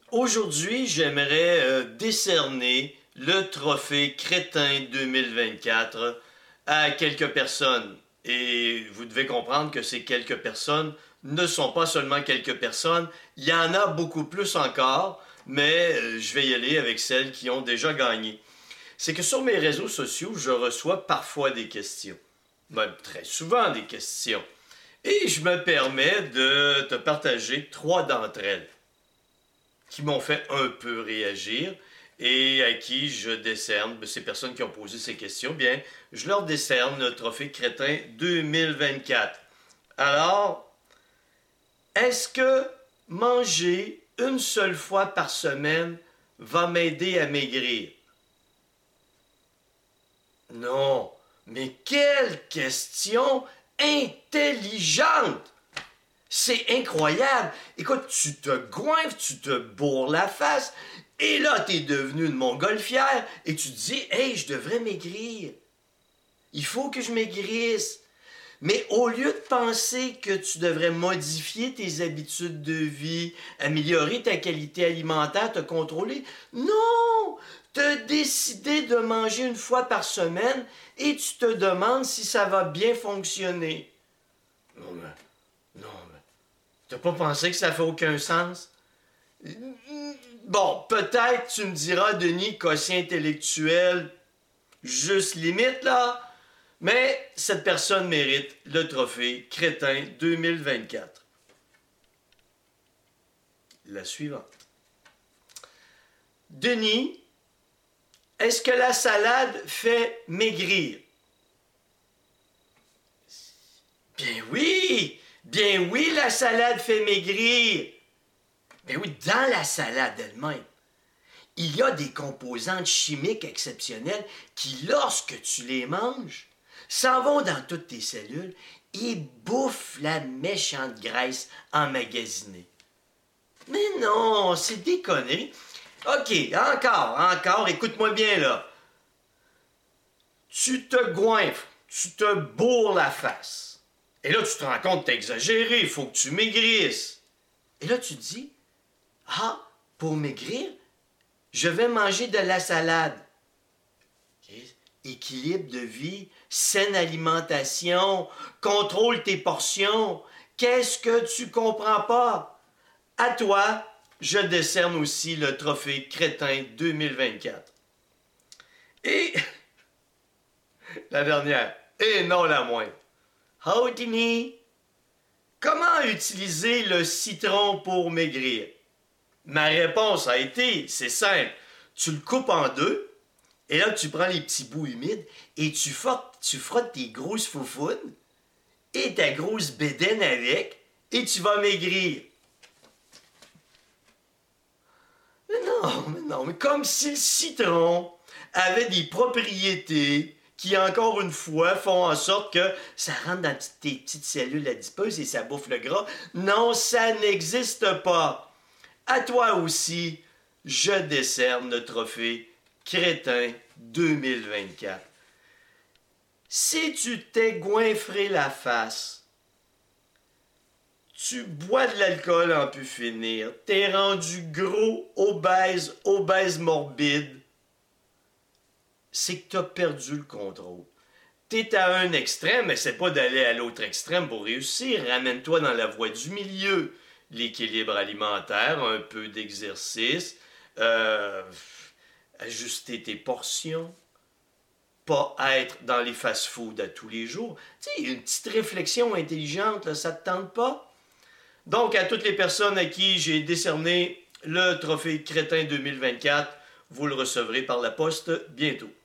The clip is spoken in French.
Aujourd'hui, j'aimerais décerner le trophée Crétin 2024 à quelques personnes. Et vous devez comprendre que ces quelques personnes ne sont pas seulement quelques personnes, il y en a beaucoup plus encore, mais je vais y aller avec celles qui ont déjà gagné. C'est que sur mes réseaux sociaux, je reçois parfois des questions, même très souvent des questions. Et je me permets de te partager trois d'entre elles qui m'ont fait un peu réagir et à qui je décerne, ces personnes qui ont posé ces questions, bien, je leur décerne le trophée Crétin 2024. Alors, est-ce que manger une seule fois par semaine va m'aider à maigrir? Non, mais quelle question intelligente! C'est incroyable. Écoute, tu te goinfres, tu te bourres la face, et là, t'es devenu une montgolfière, et tu te dis, hey, je devrais maigrir. Il faut que je maigrisse. Mais au lieu de penser que tu devrais modifier tes habitudes de vie, améliorer ta qualité alimentaire, te contrôler, non! T'as décidé de manger une fois par semaine et tu te demandes si ça va bien fonctionner. Non, mais t'as pas pensé que ça fait aucun sens? Bon, peut-être tu me diras, Denis, quotient intellectuel, juste limite là, mais cette personne mérite le trophée Crétin 2024. La suivante. Denis, est-ce que la salade fait maigrir? Bien oui, la salade fait maigrir. Ben oui, dans la salade elle-même, il y a des composantes chimiques exceptionnelles qui, lorsque tu les manges, s'en vont dans toutes tes cellules et bouffent la méchante graisse emmagasinée. Mais non, c'est déconné. OK, encore, écoute-moi bien là. Tu te goinfres, tu te bourres la face. Et là, tu te rends compte que t'as exagéré, il faut que tu maigrisses. Et là, tu te dis, ah, pour maigrir, je vais manger de la salade. Okay. Équilibre de vie, saine alimentation, contrôle tes portions. Qu'est-ce que tu comprends pas? À toi, je décerne aussi le trophée Crétin 2024. Et la dernière, et non la moindre. Oh, Denis, comment utiliser le citron pour maigrir? Ma réponse a été, c'est simple, tu le coupes en deux, et là tu prends les petits bouts humides, et tu frottes tes grosses foufounes, et ta grosse bédaine avec, et tu vas maigrir. Mais comme si le citron avait des propriétés qui, encore une fois, font en sorte que ça rentre dans tes petites cellules adipeuses et ça bouffe le gras. Non, ça n'existe pas. À toi aussi, je décerne le trophée Crétin 2024. Si tu t'es goinfré la face, tu bois de l'alcool en pu finir, t'es rendu gros, obèse morbide, c'est que t'as perdu le contrôle. T'es à un extrême, mais c'est pas d'aller à l'autre extrême pour réussir. Ramène-toi dans la voie du milieu. L'équilibre alimentaire, un peu d'exercice, ajuster tes portions, pas être dans les fast-foods à tous les jours. Tu sais, une petite réflexion intelligente, là, ça te tente pas? Donc, à toutes les personnes à qui j'ai décerné le trophée Crétin 2024, vous le recevrez par la poste bientôt.